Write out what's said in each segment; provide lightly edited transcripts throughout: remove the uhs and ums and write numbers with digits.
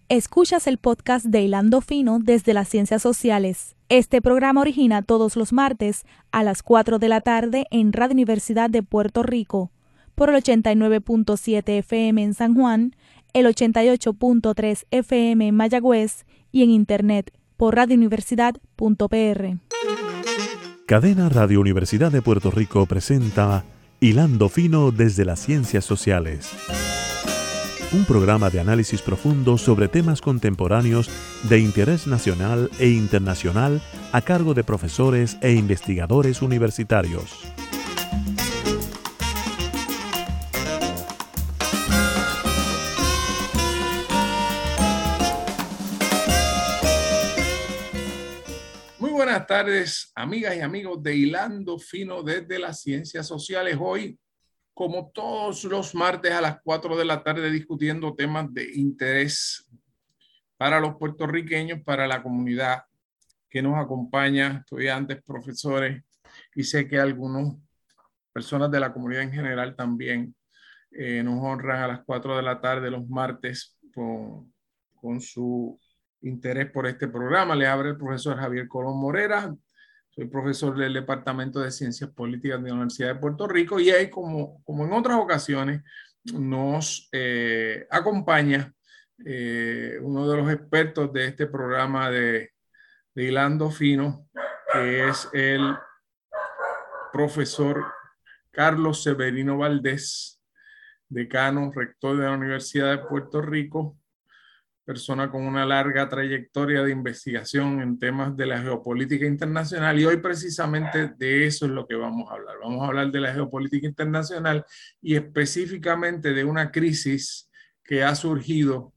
Escuchas el podcast de Hilando Fino desde las Ciencias Sociales. Este programa origina todos los martes a las 4 de la tarde en Radio Universidad de Puerto Rico, por el 89.7 FM en San Juan, el 88.3 FM en Mayagüez y en internet por radiouniversidad.pr. Cadena Radio Universidad de Puerto Rico presenta Hilando Fino desde las Ciencias Sociales. Un programa de análisis profundo sobre temas contemporáneos de interés nacional e internacional a cargo de profesores e investigadores universitarios. Muy buenas tardes, amigas y amigos de Hilando Fino desde las Ciencias Sociales. Hoy, como todos los martes a las 4 de la tarde, discutiendo temas de interés para los puertorriqueños, para la comunidad que nos acompaña, estudiantes, profesores, y sé que algunas personas de la comunidad en general también nos honran a las 4 de la tarde los martes con su interés por este programa. Le abre el profesor Javier Colón Morera. Soy profesor del Departamento de Ciencias Políticas de la Universidad de Puerto Rico y ahí, como en otras ocasiones, nos acompaña uno de los expertos de este programa de Hilando Fino, que es el profesor Carlos Severino Valdés, decano, rector de la Universidad de Puerto Rico, persona con una larga trayectoria de investigación en temas de la geopolítica internacional, y hoy precisamente de eso es lo que vamos a hablar. Vamos a hablar de la geopolítica internacional y específicamente de una crisis que ha surgido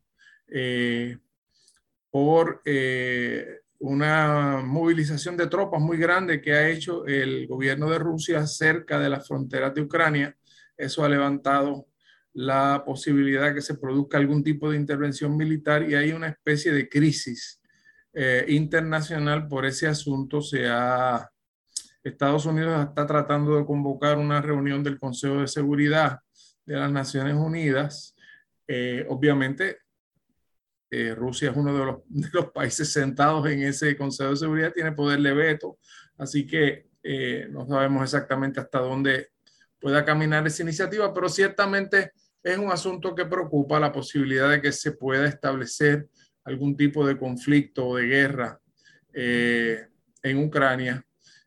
por una movilización de tropas muy grande que ha hecho el gobierno de Rusia cerca de las fronteras de Ucrania. Eso ha levantado la posibilidad de que se produzca algún tipo de intervención militar y hay una especie de crisis internacional por ese asunto. Estados Unidos está tratando de convocar una reunión del Consejo de Seguridad de las Naciones Unidas. Obviamente, Rusia es uno de los países sentados en ese Consejo de Seguridad, tiene poder de veto, así que no sabemos exactamente hasta dónde pueda caminar esa iniciativa, pero ciertamente es un asunto que preocupa, la posibilidad de que se pueda establecer algún tipo de conflicto o de guerra en Ucrania.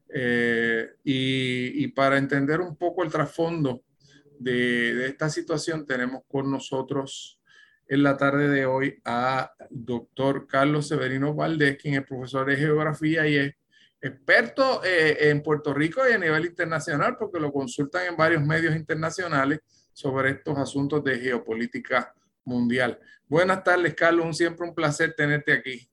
Y para entender un poco el trasfondo de esta situación, tenemos con nosotros en la tarde de hoy a doctor Carlos Severino Valdés, quien es profesor de geografía y es experto en Puerto Rico y a nivel internacional, porque lo consultan en varios medios internacionales sobre estos asuntos de geopolítica mundial. Buenas tardes, Carlos. Siempre un placer tenerte aquí.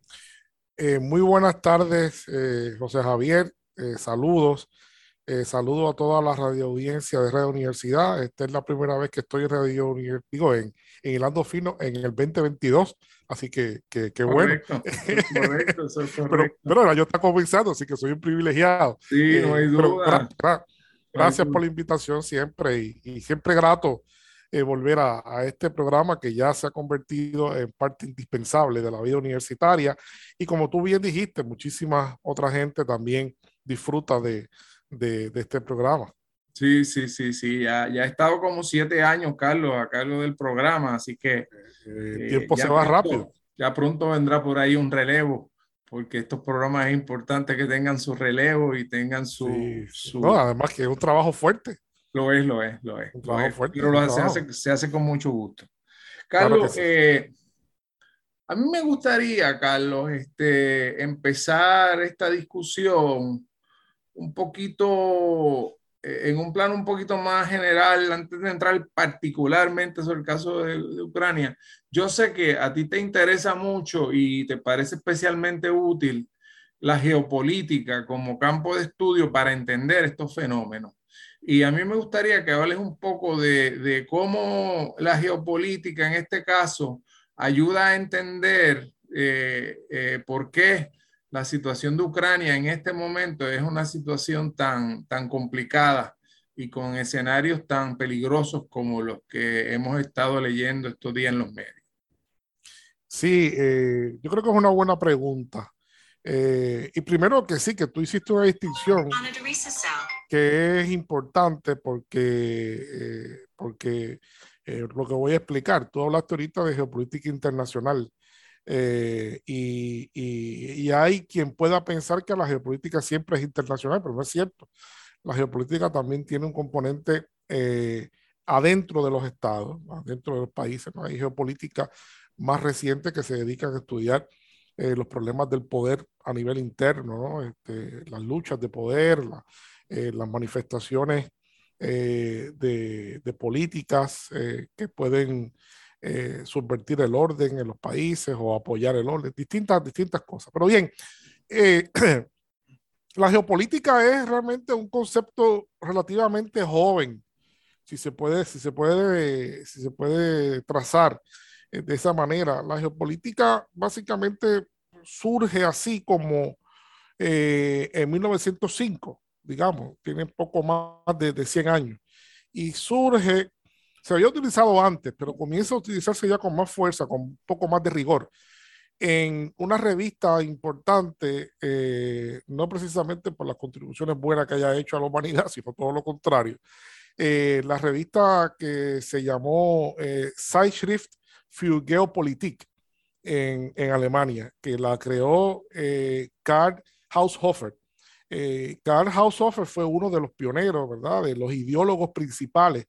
Muy buenas tardes, José Javier. Saludos. Saludo a toda la radioaudiencia de Radio Universidad. Esta es la primera vez que estoy en Radio Universidad, en Hilando Fino en el 2022. Así que bueno. Correcto, eso es correcto. Pero el año está comenzando, así que soy un privilegiado. Sí, no hay duda. Gracias por la invitación siempre y siempre grato volver a este programa que ya se ha convertido en parte indispensable de la vida universitaria. Y como tú bien dijiste, muchísima otra gente también disfruta de este programa. Sí. Ya he estado como 7 años, Carlos, a cargo del programa, así que el tiempo se va rápido. Ya pronto vendrá por ahí un relevo, porque estos programas es importante que tengan su relevo y tengan su... No, además que es un trabajo fuerte. Lo es. Un trabajo fuerte. Pero se hace con mucho gusto. Carlos, claro que sí. A mí me gustaría, Carlos, empezar esta discusión un poquito, en un plano un poquito más general, antes de entrar particularmente sobre el caso de Ucrania. Yo sé que a ti te interesa mucho y te parece especialmente útil la geopolítica como campo de estudio para entender estos fenómenos. Y a mí me gustaría que hables un poco de cómo la geopolítica en este caso ayuda a entender por qué la situación de Ucrania en este momento es una situación tan complicada y con escenarios tan peligrosos como los que hemos estado leyendo estos días en los medios. Sí, yo creo que es una buena pregunta. Y primero que sí, que tú hiciste una distinción que es importante porque lo que voy a explicar, tú hablaste ahorita de geopolítica internacional y hay quien pueda pensar que la geopolítica siempre es internacional, pero no es cierto. La geopolítica también tiene un componente adentro de los estados, adentro de los países, ¿no? Hay geopolítica más reciente que se dedican a estudiar los problemas del poder a nivel interno, ¿no? Las luchas de poder, las manifestaciones de políticas que pueden subvertir el orden en los países o apoyar el orden, distintas cosas. Pero bien, la geopolítica es realmente un concepto relativamente joven, si se puede trazar de esa manera. La geopolítica básicamente surge así como en 1905, digamos, tiene poco más de 100 años. Y surge, se había utilizado antes, pero comienza a utilizarse ya con más fuerza, con un poco más de rigor en una revista importante, no precisamente por las contribuciones buenas que haya hecho a la humanidad, sino todo lo contrario. La revista que se llamó Zeitschrift für Geopolitik en Alemania, que la creó Karl Haushofer. Karl Haushofer fue uno de los pioneros, ¿verdad?, de los ideólogos principales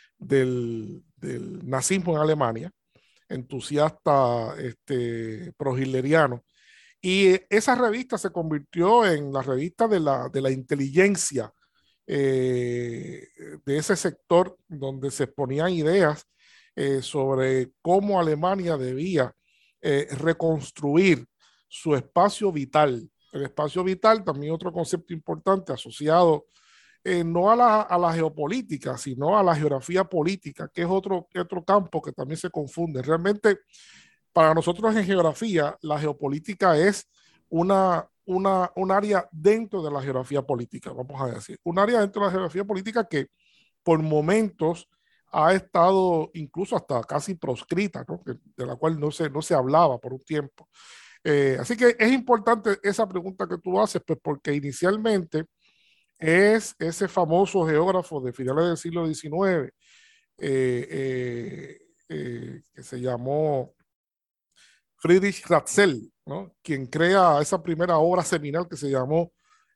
del nazismo en Alemania, entusiasta pro-hitleriano. Y esa revista se convirtió en la revista de la inteligencia de ese sector, donde se exponían ideas sobre cómo Alemania debía reconstruir su espacio vital. El espacio vital, también otro concepto importante asociado no a la geopolítica, sino a la geografía política, que es otro campo que también se confunde. Realmente, para nosotros en geografía, la geopolítica es un área dentro de la geografía política, vamos a decir. Un área dentro de la geografía política que por momentos ha estado incluso hasta casi proscrita, ¿no? De la cual no se hablaba por un tiempo. Así que es importante esa pregunta que tú haces, pues porque inicialmente es ese famoso geógrafo de finales del siglo XIX que se llamó Friedrich Ratzel, ¿no?, quien crea esa primera obra seminal que se llamó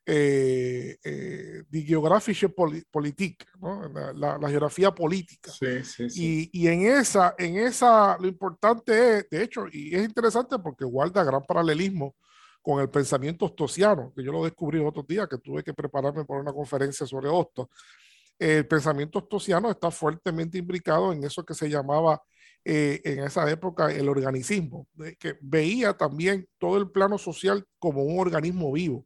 Die Geographische Politik, ¿no?, la geografía política. Sí, sí, sí. Y en esa lo importante es, de hecho, y es interesante porque guarda gran paralelismo con el pensamiento ostosiano, que yo lo descubrí otros días, que tuve que prepararme para una conferencia sobre Hostos. El pensamiento ostosiano está fuertemente imbricado en eso que se llamaba en esa época el organicismo, que veía también todo el plano social como un organismo vivo.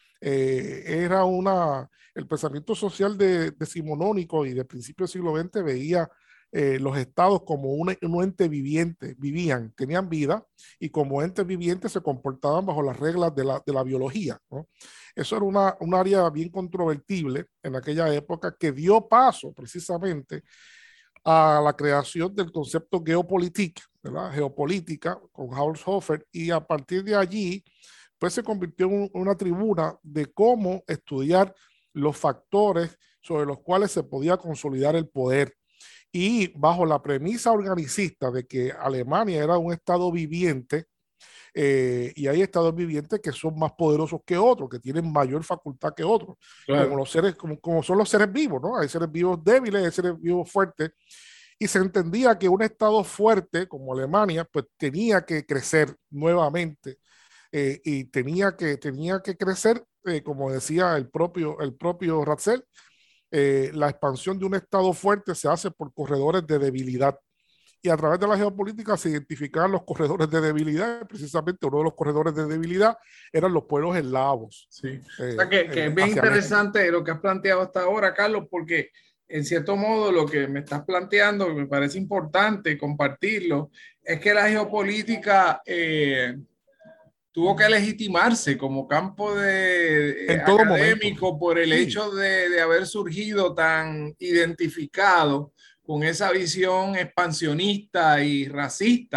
El pensamiento social decimonónico y de principio del siglo XX veía los estados como un ente viviente, tenían vida y como entes vivientes se comportaban bajo las reglas de la biología, ¿no? Eso era un área bien controvertible en aquella época que dio paso precisamente a la creación del concepto geopolítica, ¿verdad?, geopolítica con Haushofer, y a partir de allí pues se convirtió en una tribuna de cómo estudiar los factores sobre los cuales se podía consolidar el poder. Y bajo la premisa organicista de que Alemania era un estado viviente, y hay estados vivientes que son más poderosos que otros, que tienen mayor facultad que otros, claro, como son los seres vivos, ¿no? Hay seres vivos débiles, hay seres vivos fuertes, y se entendía que un estado fuerte como Alemania pues tenía que crecer nuevamente, y tenía que crecer, como decía el propio Ratzel, la expansión de un estado fuerte se hace por corredores de debilidad. Y a través de la geopolítica se identificaban los corredores de debilidad. Precisamente uno de los corredores de debilidad eran los pueblos eslavos. Sí. O sea que es bien interesante lo que has planteado hasta ahora, Carlos, porque en cierto modo lo que me estás planteando, que me parece importante compartirlo, es que la geopolítica tuvo que legitimarse como campo académico momento, por el hecho de haber surgido tan identificado con esa visión expansionista y racista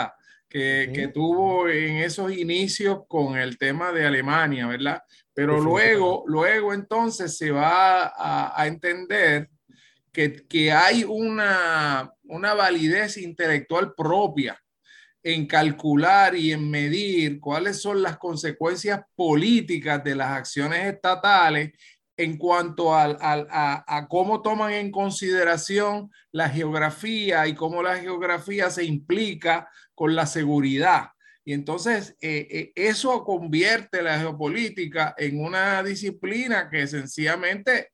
que tuvo en esos inicios con el tema de Alemania, ¿verdad? Pero luego entonces se va a entender que hay una validez intelectual propia en calcular y en medir cuáles son las consecuencias políticas de las acciones estatales en cuanto a cómo toman en consideración la geografía y cómo la geografía se implica con la seguridad. Y entonces eso convierte la geopolítica en una disciplina que sencillamente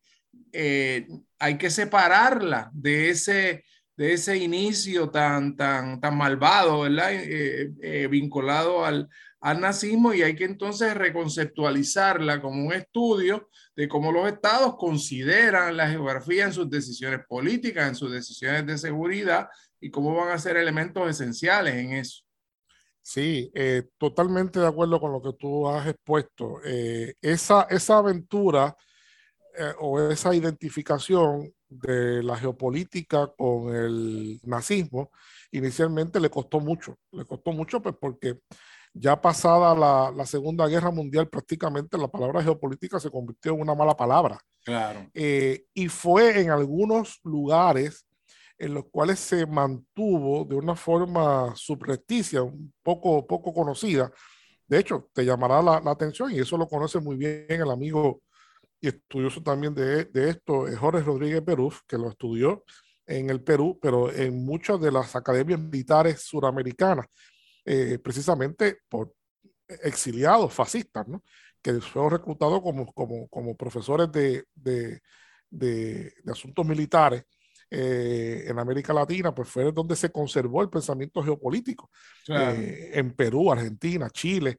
hay que separarla de ese inicio tan malvado, ¿verdad? Vinculado al nazismo, y hay que entonces reconceptualizarla como un estudio de cómo los estados consideran la geografía en sus decisiones políticas, en sus decisiones de seguridad, y cómo van a ser elementos esenciales en eso. Sí, totalmente de acuerdo con lo que tú has expuesto. Esa aventura o esa identificación de la geopolítica con el nazismo inicialmente le costó mucho pues porque ya pasada la Segunda Guerra Mundial prácticamente la palabra geopolítica se convirtió en una mala palabra. Claro. Y fue en algunos lugares en los cuales se mantuvo de una forma subrepticia, un poco conocida. De hecho, te llamará la atención, y eso lo conoce muy bien el amigo y estudioso también de esto, Jorge Rodríguez Beruf, que lo estudió en el Perú, pero en muchas de las academias militares suramericanas, precisamente por exiliados fascistas, ¿no? Que fueron reclutados como profesores de asuntos militares en América Latina, pues fue donde se conservó el pensamiento geopolítico. Claro. En Perú, Argentina, Chile,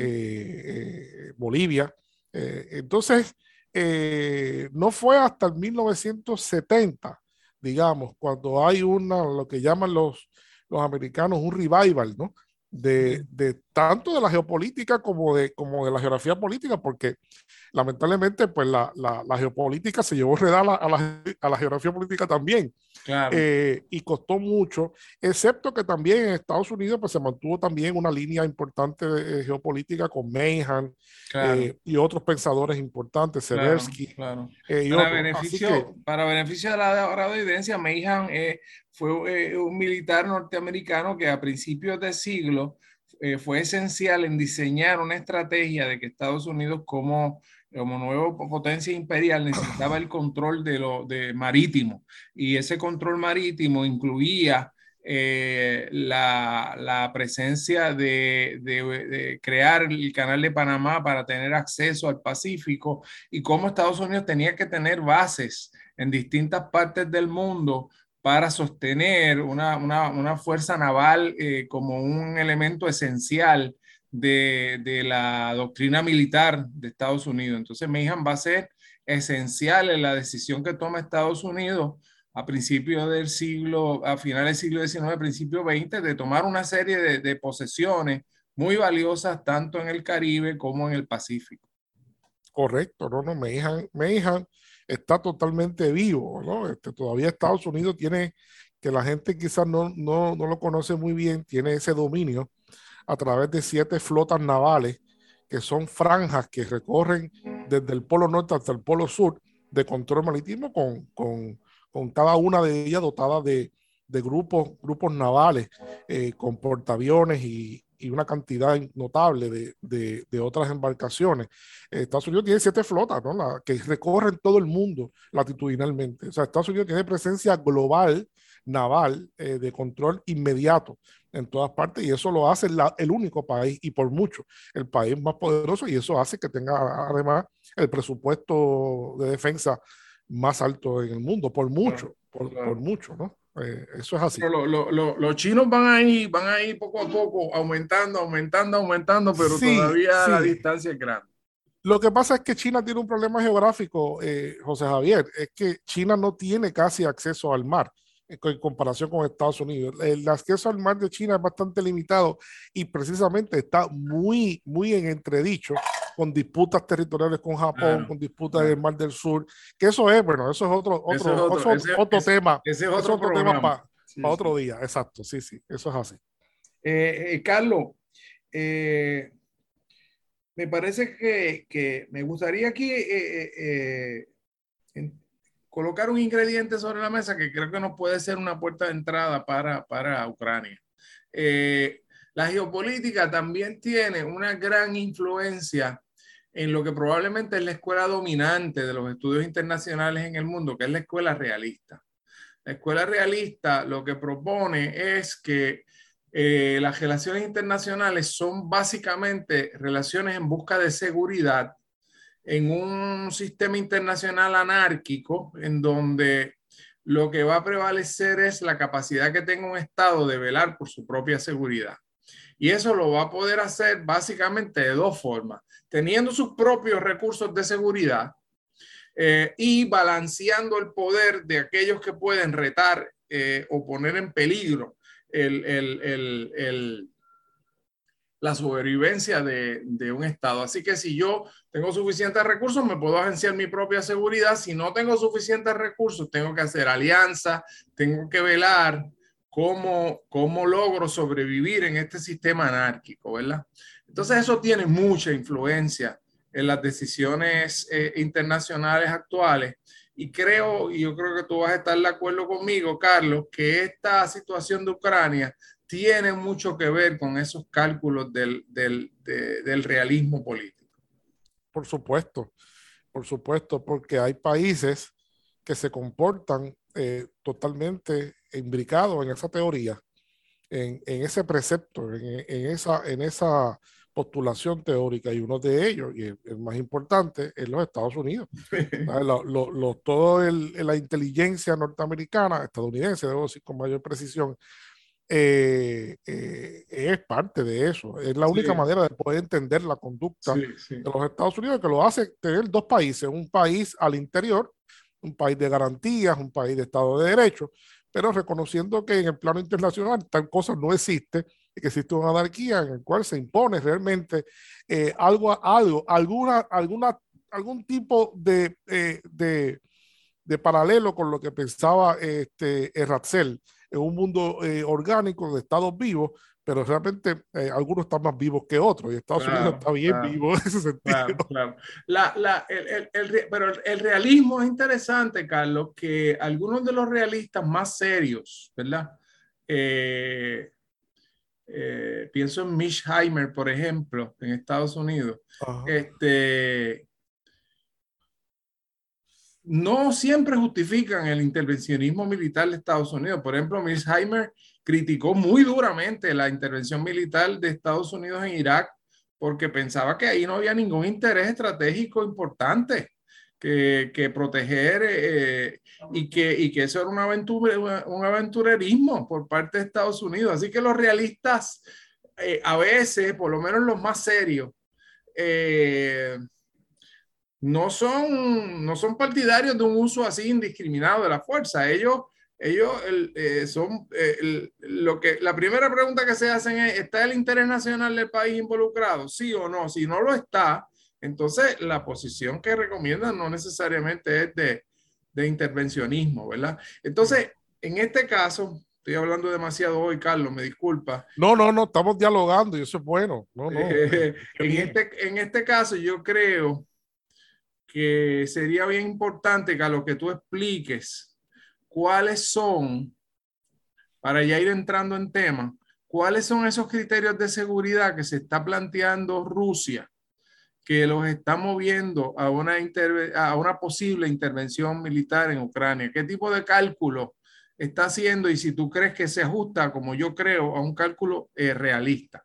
Bolivia. Entonces, no fue hasta el 1970, digamos, cuando hay lo que llaman los americanos un revival, ¿no? De tanto de la geopolítica como de la geografía política, porque lamentablemente pues la geopolítica se llevó redada a la geografía política también. Claro. Y costó mucho, excepto que también en Estados Unidos pues se mantuvo también una línea importante de geopolítica con Mahan, claro. Y otros pensadores importantes, Seversky. Claro. Para beneficio de la audiencia, Mahan fue un militar norteamericano que a principios de siglo fue esencial en diseñar una estrategia de que Estados Unidos como nueva potencia imperial necesitaba el control de marítimo, y ese control marítimo incluía la presencia de crear el canal de Panamá para tener acceso al Pacífico, y cómo Estados Unidos tenía que tener bases en distintas partes del mundo para sostener una fuerza naval como un elemento esencial de la doctrina militar de Estados Unidos. Entonces, Mahan va a ser esencial en la decisión que toma Estados Unidos a principios del siglo, a finales del siglo XIX, principio XX, de tomar una serie de posesiones muy valiosas tanto en el Caribe como en el Pacífico. Correcto, Mahan está totalmente vivo, ¿no? Todavía Estados Unidos tiene, que la gente quizás no lo conoce muy bien, tiene ese dominio a través de 7 flotas navales, que son franjas que recorren desde el polo norte hasta el polo sur de control marítimo, con cada una de ellas dotada de grupos navales, con portaaviones y una cantidad notable de otras embarcaciones. Estados Unidos tiene 7 flotas, ¿no? Que recorren todo el mundo latitudinalmente. O sea, Estados Unidos tiene presencia global naval de control inmediato en todas partes, y eso lo hace el único país, y por mucho el país más poderoso, y eso hace que tenga además el presupuesto de defensa más alto en el mundo, por mucho, por mucho, ¿no? Eso es así. Pero los chinos van a ir poco a poco aumentando, pero sí, todavía la distancia es grande. Lo que pasa es que China tiene un problema geográfico, José Javier, es que China no tiene casi acceso al mar en comparación con Estados Unidos. El acceso al mar de China es bastante limitado, y precisamente está muy en entredicho con disputas territoriales con Japón, con disputas del Mar del Sur, que eso es otro tema. Ese es otro tema para otro día, exacto, sí, eso es así. Carlos, me parece que me gustaría aquí colocar un ingrediente sobre la mesa que creo que nos puede ser una puerta de entrada para Ucrania. La geopolítica también tiene una gran influencia en lo que probablemente es la escuela dominante de los estudios internacionales en el mundo, que es la escuela realista. La escuela realista lo que propone es que las relaciones internacionales son básicamente relaciones en busca de seguridad en un sistema internacional anárquico en donde lo que va a prevalecer es la capacidad que tenga un Estado de velar por su propia seguridad. Y eso lo va a poder hacer básicamente de dos formas, teniendo sus propios recursos de seguridad y balanceando el poder de aquellos que pueden retar o poner en peligro la sobrevivencia de un Estado. Así que si yo tengo suficientes recursos, me puedo agenciar mi propia seguridad. Si no tengo suficientes recursos, tengo que hacer alianzas, tengo que velar cómo logro sobrevivir en este sistema anárquico, ¿verdad? Entonces eso tiene mucha influencia en las decisiones internacionales actuales. Y yo creo que tú vas a estar de acuerdo conmigo, Carlos, que esta situación de Ucrania tiene mucho que ver con esos cálculos del realismo político. Por supuesto, porque hay países que se comportan totalmente imbricados en esa teoría, en ese precepto, en esa postulación teórica, y uno de ellos, y el más importante, es los Estados Unidos. Toda la inteligencia norteamericana, estadounidense, debo decir con mayor precisión, es parte de eso. Es la única manera de poder entender la conducta de los Estados Unidos, que lo hace tener dos países, un país al interior, un país de garantías, un país de Estado de Derecho, pero reconociendo que en el plano internacional tal cosa no existe, y que existe una anarquía en el cual se impone realmente algún tipo de paralelo con lo que pensaba Ratzel, en un mundo orgánico de estados vivos, pero realmente algunos están más vivos que otros, y Estados Unidos está bien vivo en ese sentido. Claro. Pero el realismo es interesante, Carlos, que algunos de los realistas más serios, ¿verdad? Pienso en Mitch Heimer, por ejemplo, en Estados Unidos. No siempre justifican el intervencionismo militar de Estados Unidos. Por ejemplo, Mitch Heimer criticó muy duramente la intervención militar de Estados Unidos en Irak porque pensaba que ahí no había ningún interés estratégico importante que proteger y que eso era un aventurerismo por parte de Estados Unidos. Así que los realistas, a veces, por lo menos los más serios, no son partidarios de un uso así indiscriminado de la fuerza. Ellos son la primera pregunta que se hacen es: ¿está el interés nacional del país involucrado? ¿Sí o no? Si no lo está, entonces la posición que recomiendan no necesariamente es de intervencionismo, ¿verdad? Entonces, en este caso, estoy hablando demasiado hoy, Carlos, me disculpa. No, estamos dialogando y eso es bueno. En este caso, yo creo que sería bien importante que a lo que tú expliques cuáles son, para ya ir entrando en tema, cuáles son esos criterios de seguridad que se está planteando Rusia, que los está moviendo a una posible intervención militar en Ucrania. ¿Qué tipo de cálculo está haciendo? Y si tú crees que se ajusta, como yo creo, a un cálculo realista.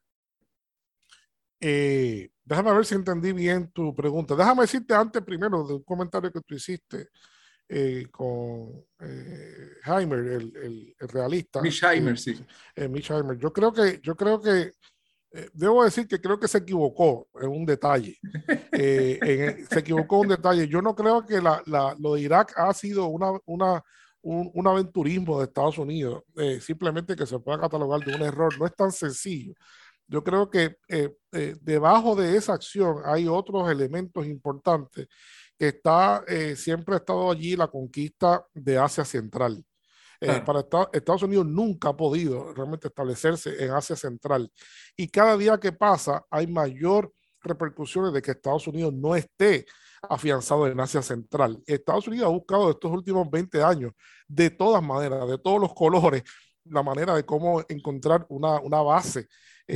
Déjame ver si entendí bien tu pregunta. Déjame decirte antes primero de un comentario que tú hiciste con Heimer, el realista. Mitch Heimer, sí. Mitch Heimer. Yo creo que debo decir que creo que se equivocó en un detalle. Se equivocó en un detalle. Yo no creo que lo de Irak ha sido un aventurismo de Estados Unidos, simplemente que se pueda catalogar de un error. No es tan sencillo. Yo creo que debajo de esa acción hay otros elementos importantes, que siempre ha estado allí la conquista de Asia Central. Claro. Para Estados Unidos nunca ha podido realmente establecerse en Asia Central. Y cada día que pasa hay mayor repercusiones de que Estados Unidos no esté afianzado en Asia Central. Estados Unidos ha buscado estos últimos 20 años, de todas maneras, de todos los colores, la manera de cómo encontrar una base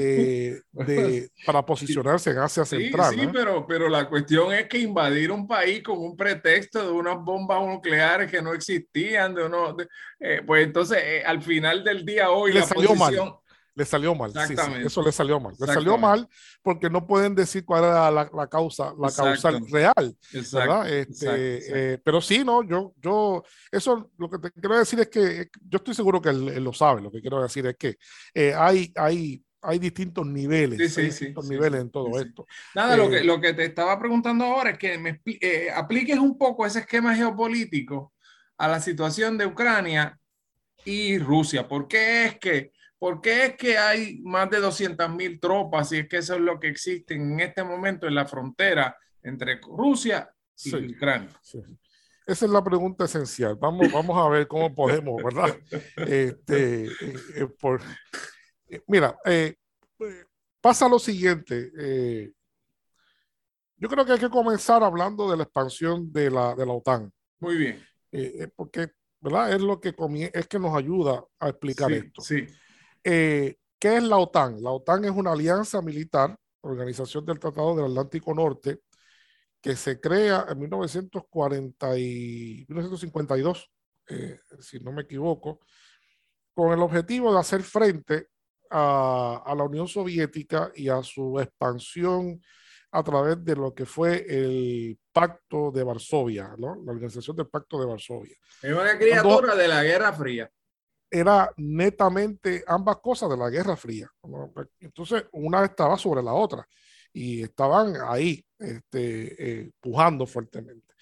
para posicionarse en Asia Central. Sí, pero la cuestión es que invadir un país con un pretexto de unas bombas nucleares que no existían, pues entonces al final del día hoy le la salió posición... mal. Le salió mal, sí, eso le salió mal. Le salió Exactamente. mal porque no pueden decir cuál era la causa, la causal real, ¿verdad? Pero sí, no, eso lo que te quiero decir es que yo estoy seguro que él lo sabe. Lo que quiero decir es que hay distintos niveles, niveles en todo esto. Nada, lo que te estaba preguntando ahora es que me apliques un poco ese esquema geopolítico a la situación de Ucrania y Rusia. ¿Por qué es que hay más de 200.000 tropas y es que eso es lo que existe en este momento en la frontera entre Rusia y Ucrania? Sí. Esa es la pregunta esencial. Vamos a ver cómo podemos, ¿verdad? Mira, pasa lo siguiente. Yo creo que hay que comenzar hablando de la expansión de la OTAN. Muy bien. Porque, ¿verdad? Es que nos ayuda a explicar esto. Sí. ¿Qué es la OTAN? La OTAN es una alianza militar, organización del Tratado del Atlántico Norte, que se crea en 1952, si no me equivoco, con el objetivo de hacer frente a la Unión Soviética y a su expansión a través de lo que fue el Pacto de Varsovia, ¿no? La organización del Pacto de Varsovia. Es una criatura de la Guerra Fría. Era netamente ambas cosas de la Guerra Fría. Entonces, una estaba sobre la otra y estaban ahí pujando fuertemente.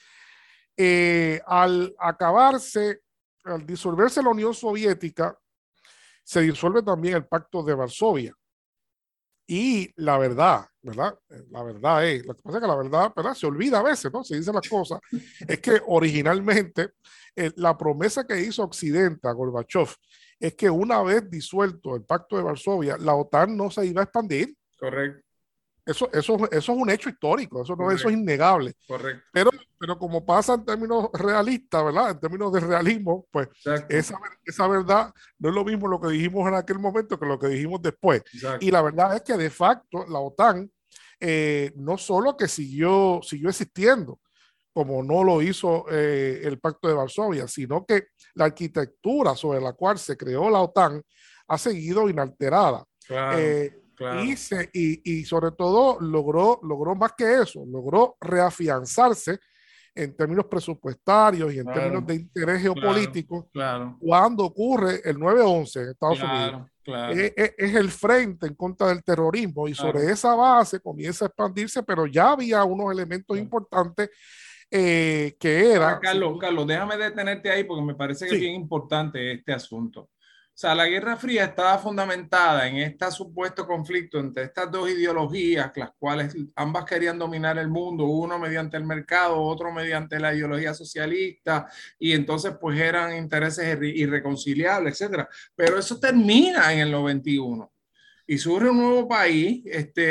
Al disolverse la Unión Soviética, se disuelve también el Pacto de Varsovia. Y la verdad, ¿verdad? La verdad es, lo que pasa es que la verdad, ¿verdad? Se olvida a veces, ¿no? Se dicen las cosas. Es que originalmente la promesa que hizo Occidente a Gorbachev es que una vez disuelto el Pacto de Varsovia, la OTAN no se iba a expandir. Correcto. Eso es un hecho histórico, eso es innegable. Correcto. Pero como pasa en términos realistas, ¿verdad? En términos de realismo, pues esa verdad no es lo mismo lo que dijimos en aquel momento que lo que dijimos después. Exacto. Y la verdad es que de facto la OTAN no solo que siguió existiendo, como no lo hizo el Pacto de Varsovia, sino que la arquitectura sobre la cual se creó la OTAN ha seguido inalterada. Claro. Claro. Y sobre todo logró más que eso, logró reafianzarse en términos presupuestarios y en términos de interés geopolítico cuando ocurre el 9/11 en Estados Unidos. Es el frente en contra del terrorismo y sobre esa base comienza a expandirse, pero ya había unos elementos importantes que era... Carlos, déjame detenerte ahí porque me parece que es bien importante este asunto. O sea, la Guerra Fría estaba fundamentada en este supuesto conflicto entre estas dos ideologías, las cuales ambas querían dominar el mundo, uno mediante el mercado, otro mediante la ideología socialista, y entonces pues eran intereses irreconciliables, etcétera. Pero eso termina en el 91 y surge un nuevo país,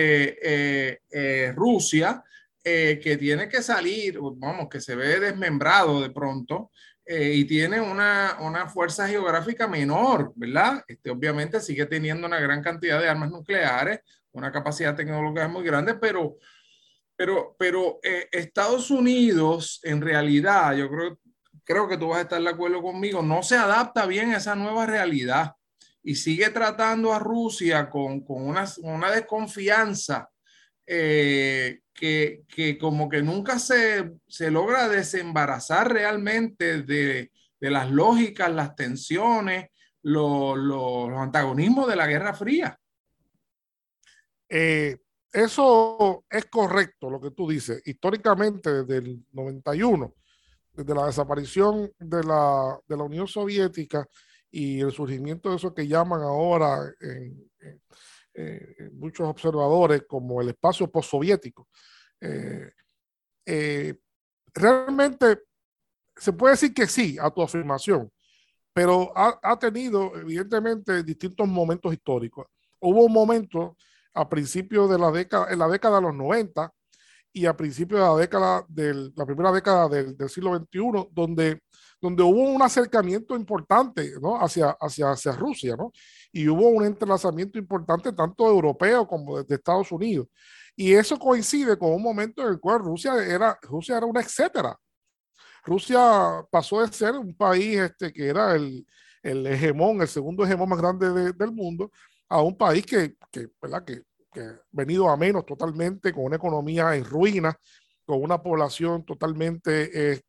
Rusia, que tiene que salir, vamos, que se ve desmembrado de pronto. Y tiene una fuerza geográfica menor, ¿verdad? Obviamente sigue teniendo una gran cantidad de armas nucleares, una capacidad tecnológica muy grande, pero Estados Unidos, en realidad, yo creo que tú vas a estar de acuerdo conmigo, no se adapta bien a esa nueva realidad y sigue tratando a Rusia con una desconfianza que como que nunca se logra desembarazar realmente de las lógicas, las tensiones, los antagonismos de la Guerra Fría. Eso es correcto lo que tú dices. Históricamente, desde el 91, desde la desaparición de la Unión Soviética y el surgimiento de eso que llaman ahora muchos observadores como el espacio postsoviético. Realmente se puede decir que sí a tu afirmación, pero ha tenido evidentemente distintos momentos históricos. Hubo un momento a principios de la década, en la década de los 90 y a principios de la primera década del siglo XXI, donde hubo un acercamiento importante, ¿no? hacia Rusia, ¿no? Y hubo un entrelazamiento importante tanto europeo como de Estados Unidos. Y eso coincide con un momento en el cual Rusia era una etcétera. Rusia pasó de ser un país que era el hegemón, el segundo hegemón más grande del mundo, a un país ¿verdad? que venido a menos totalmente, con una economía en ruinas, con una población totalmente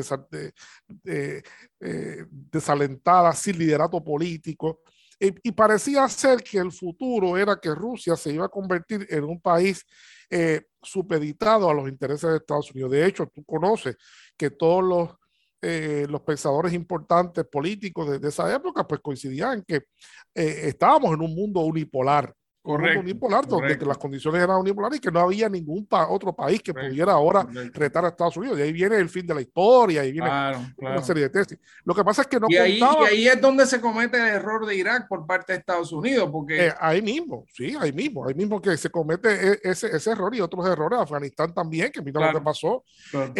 desalentada, sin liderato político. Y parecía ser que el futuro era que Rusia se iba a convertir en un país supeditado a los intereses de Estados Unidos. De hecho, tú conoces que todos los pensadores importantes políticos de esa época pues coincidían en que estábamos en un mundo unipolar. Correcto, un mundo unipolar donde que las condiciones eran unipolares y que no había ningún otro país que pudiera ahora retar a Estados Unidos. Y ahí viene el fin de la historia, y viene una serie de tesis. Lo que pasa es que no contaba... Y ahí es donde se comete el error de Irak por parte de Estados Unidos, porque... ahí mismo que se comete ese error y otros errores. Afganistán también, que mira lo que pasó. Claro.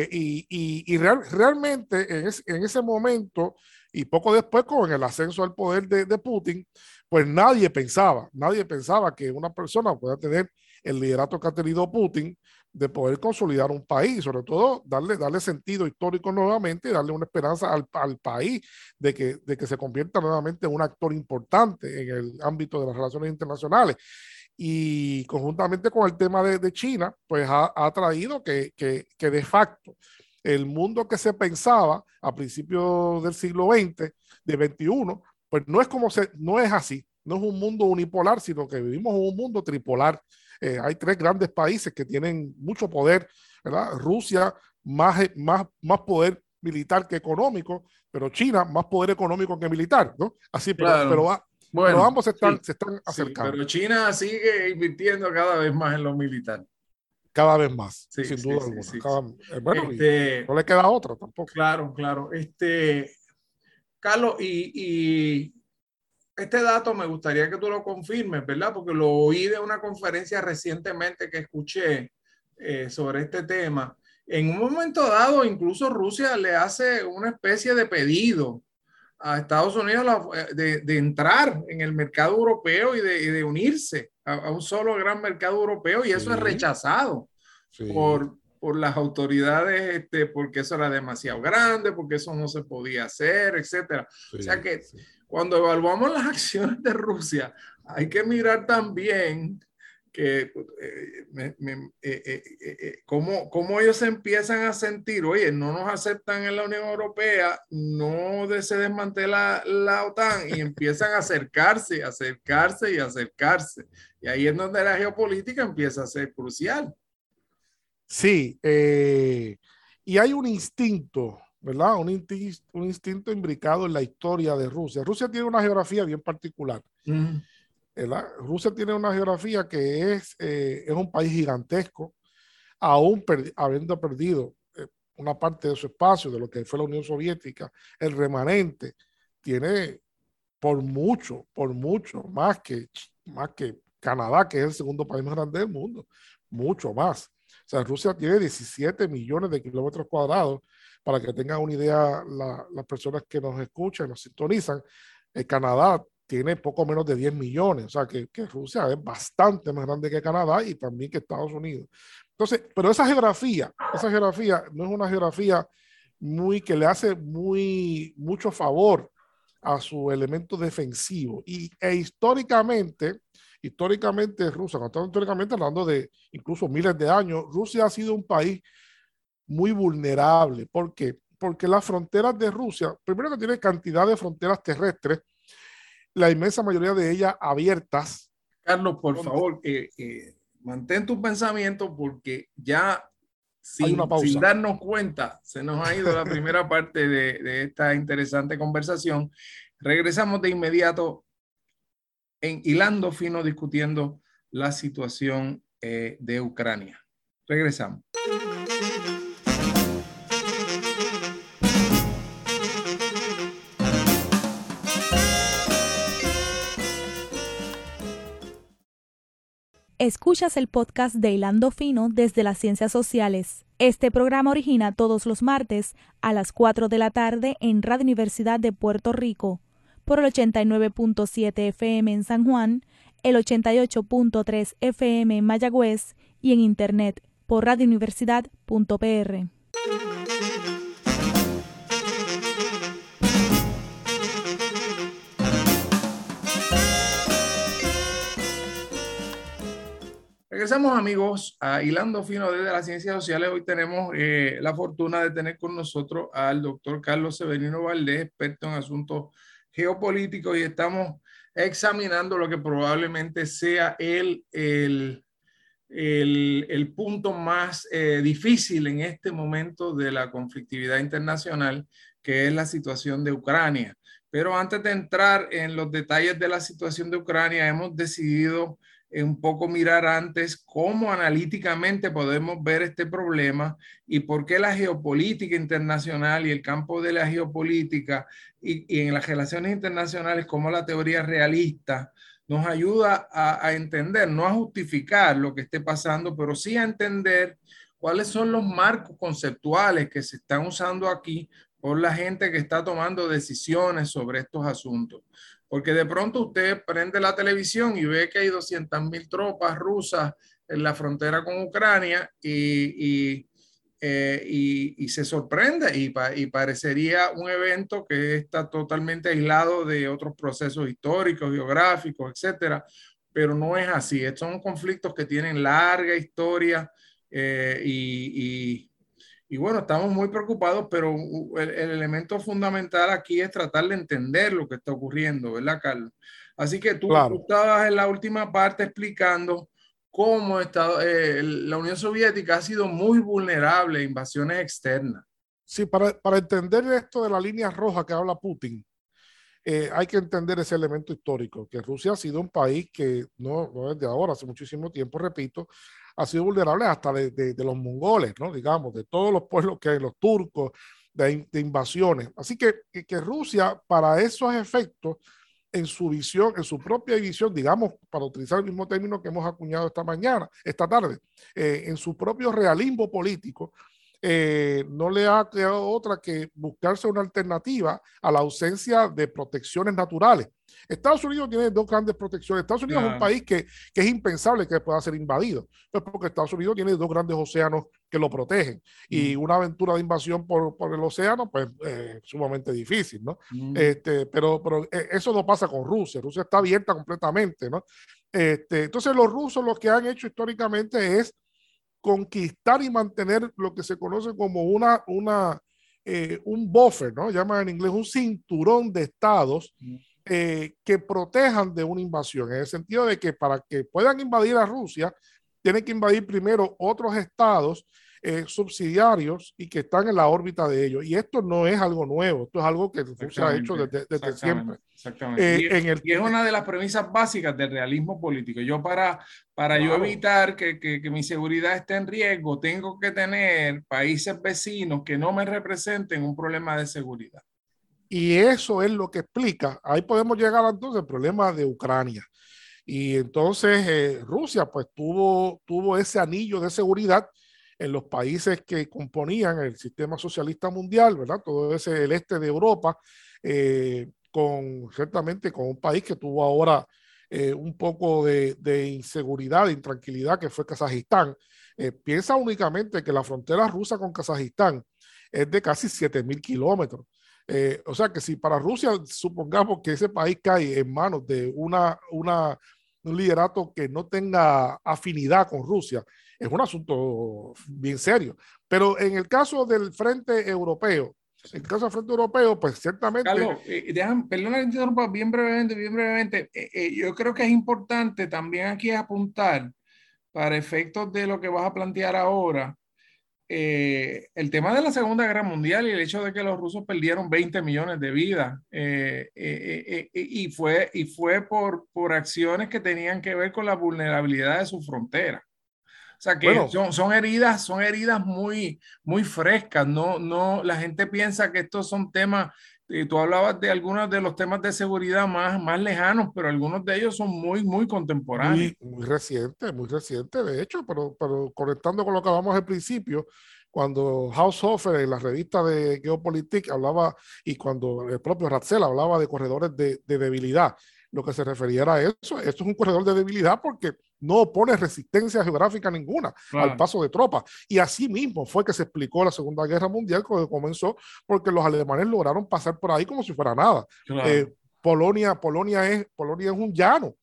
Realmente en ese momento y poco después con el ascenso al poder de Putin, pues nadie pensaba que una persona pueda tener el liderato que ha tenido Putin de poder consolidar un país, sobre todo darle sentido histórico nuevamente y darle una esperanza al país de que se convierta nuevamente en un actor importante en el ámbito de las relaciones internacionales. Y conjuntamente con el tema de China, pues ha traído que de facto el mundo que se pensaba a principios del siglo XX, de XXI, pues no es así, no es un mundo unipolar, sino que vivimos en un mundo tripolar. Hay tres grandes países que tienen mucho poder, ¿verdad? Rusia, más poder militar que económico, pero China, más poder económico que militar, ¿no? Así, claro. Pero ambos se están acercando. Pero China sigue invirtiendo cada vez más en lo militar. Cada vez más, sin duda alguna. Bueno, no le queda otra tampoco. Claro. Carlos, y este dato me gustaría que tú lo confirmes, ¿verdad? Porque lo oí de una conferencia recientemente que escuché sobre este tema. En un momento dado, incluso Rusia le hace una especie de pedido a Estados Unidos de entrar en el mercado europeo y de unirse a un solo gran mercado europeo, y eso es rechazado por las autoridades, porque eso era demasiado grande, porque eso no se podía hacer, etcétera. O sea que cuando evaluamos las acciones de Rusia, hay que mirar también que cómo ellos se empiezan a sentir, oye, no nos aceptan en la Unión Europea, no se desmantela la OTAN, y empiezan a acercarse. Y ahí es donde la geopolítica empieza a ser crucial. Sí, y hay un instinto, ¿verdad? Un instinto imbricado en la historia de Rusia. Rusia tiene una geografía bien particular. Rusia tiene una geografía que es un país gigantesco, aún habiendo perdido una parte de su espacio, de lo que fue la Unión Soviética. El remanente tiene por mucho más que Canadá, que es el segundo país más grande del mundo, mucho más. O sea, Rusia tiene 17 millones de kilómetros cuadrados. Para que tengan una idea las personas que nos escuchan, nos sintonizan, Canadá tiene poco menos de 10 millones. O sea, que Rusia es bastante más grande que Canadá y también que Estados Unidos. Entonces, pero esa geografía no es una geografía que le hace mucho favor a su elemento defensivo. Históricamente Rusia, cuando estamos históricamente hablando de incluso miles de años, Rusia ha sido un país muy vulnerable. ¿Por qué? Porque las fronteras de Rusia, primero que tiene cantidad de fronteras terrestres, la inmensa mayoría de ellas abiertas. Carlos, por favor, mantén tu pensamiento, porque ya sin darnos cuenta se nos ha ido la primera parte de esta interesante conversación. Regresamos de inmediato en Hilando Fino, discutiendo la situación de Ucrania. Regresamos. Escuchas el podcast de Hilando Fino desde las Ciencias Sociales. Este programa origina todos los martes a las 4 de la tarde en Radio Universidad de Puerto Rico, por el 89.7 FM en San Juan, el 88.3 FM en Mayagüez y en internet por radiouniversidad.pr. Regresamos, amigos, a Hilando Fino desde las Ciencias Sociales. Hoy tenemos la fortuna de tener con nosotros al doctor Carlos Severino Valdés, experto en asuntos geopolíticos, y estamos examinando lo que probablemente sea el punto más difícil en este momento de la conflictividad internacional, que es la situación de Ucrania. Pero antes de entrar en los detalles de la situación de Ucrania, hemos decidido un poco mirar antes cómo analíticamente podemos ver este problema y por qué la geopolítica internacional y el campo de la geopolítica y en las relaciones internacionales, como la teoría realista nos ayuda a entender, no a justificar lo que esté pasando, pero sí a entender cuáles son los marcos conceptuales que se están usando aquí por la gente que está tomando decisiones sobre estos asuntos. Porque de pronto usted prende la televisión y ve que hay 200.000 tropas rusas en la frontera con Ucrania y se sorprende y parecería un evento que está totalmente aislado de otros procesos históricos, geográficos, etcétera, pero no es así. Son conflictos que tienen larga historia y bueno, estamos muy preocupados, pero el elemento fundamental aquí es tratar de entender lo que está ocurriendo, ¿verdad, Carlos? Así que tú estabas en la última parte explicando cómo la Unión Soviética ha sido muy vulnerable a invasiones externas. Sí, para entender esto de la línea roja que habla Putin, hay que entender ese elemento histórico, que Rusia ha sido un país que no es de ahora, hace muchísimo tiempo, repito, ha sido vulnerable hasta de los mongoles, ¿no? Digamos, de todos los pueblos que hay, los turcos, de invasiones. Así que Rusia, para esos efectos, en su visión, en su propia visión, digamos, para utilizar el mismo término que hemos acuñado esta tarde, en su propio realismo político, no le ha quedado otra que buscarse una alternativa a la ausencia de protecciones naturales. Estados Unidos tiene dos grandes protecciones. Estados Unidos es un país que es impensable que pueda ser invadido, pues porque Estados Unidos tiene dos grandes océanos que lo protegen y una aventura de invasión por el océano, pues sumamente difícil, ¿no? Pero eso no pasa con Rusia. Rusia está abierta completamente, ¿no? Entonces los rusos lo que han hecho históricamente es conquistar y mantener lo que se conoce como un buffer, ¿no? Llaman en inglés un cinturón de estados que protejan de una invasión, en el sentido de que para que puedan invadir a Rusia, tienen que invadir primero otros estados subsidiarios y que están en la órbita de ellos. Y esto no es algo nuevo, esto es algo que Rusia ha hecho desde siempre. Exactamente. Y es una de las premisas básicas del realismo político. Yo para yo evitar que mi seguridad esté en riesgo, tengo que tener países vecinos que no me representen un problema de seguridad. Y eso es lo que explica, ahí podemos llegar entonces al problema de Ucrania. Y entonces Rusia pues tuvo ese anillo de seguridad en los países que componían el sistema socialista mundial, ¿verdad? Todo el este de Europa, ciertamente con un país que tuvo ahora un poco de inseguridad, de intranquilidad, que fue Kazajistán. Piensa únicamente que la frontera rusa con Kazajistán es de casi 7.000 kilómetros. O sea que si para Rusia supongamos que ese país cae en manos de un liderato que no tenga afinidad con Rusia, es un asunto bien serio. Pero en el caso del Frente Europeo, pues ciertamente... Carlos, perdona que te interrumpa bien brevemente. Yo creo que es importante también aquí apuntar, para efectos de lo que vas a plantear ahora, el tema de la Segunda Guerra Mundial y el hecho de que los rusos perdieron 20 millones de vidas y fue por acciones que tenían que ver con la vulnerabilidad de su frontera. O sea que son heridas muy, muy frescas. No, la gente piensa que estos son temas Y tú hablabas de algunos de los temas de seguridad más lejanos, pero algunos de ellos son muy contemporáneos. Muy reciente, de hecho, pero conectando con lo que hablamos al principio, cuando Haushofer en la revista de Geopolitik hablaba, y cuando el propio Ratzel hablaba de corredores de debilidad, lo que se refería era a eso. Esto es un corredor de debilidad porque no opone resistencia geográfica ninguna al paso de tropas. Y así mismo fue que se explicó la Segunda Guerra Mundial cuando comenzó, porque los alemanes lograron pasar por ahí como si fuera nada. Polonia es un llano.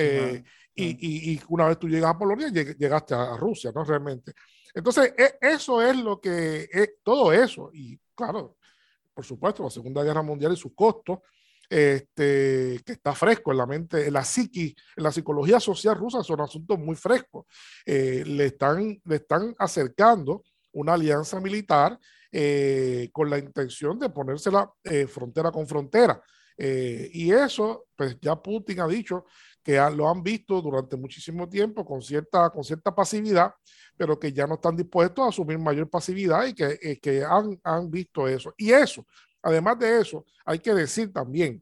Y una vez tú llegas a Polonia, llegaste a Rusia, ¿no? Realmente. Entonces, eso es lo que es todo eso. Y claro, por supuesto, la Segunda Guerra Mundial y sus costos, que está fresco en la mente, en la psiqui, en la psicología social rusa, son asuntos muy frescos. Le están acercando una alianza militar con la intención de ponérsela frontera con frontera. Y eso, pues ya Putin ha dicho que lo han visto durante muchísimo tiempo con cierta pasividad, pero que ya no están dispuestos a asumir mayor pasividad y que han visto eso. Y eso, además de eso, hay que decir también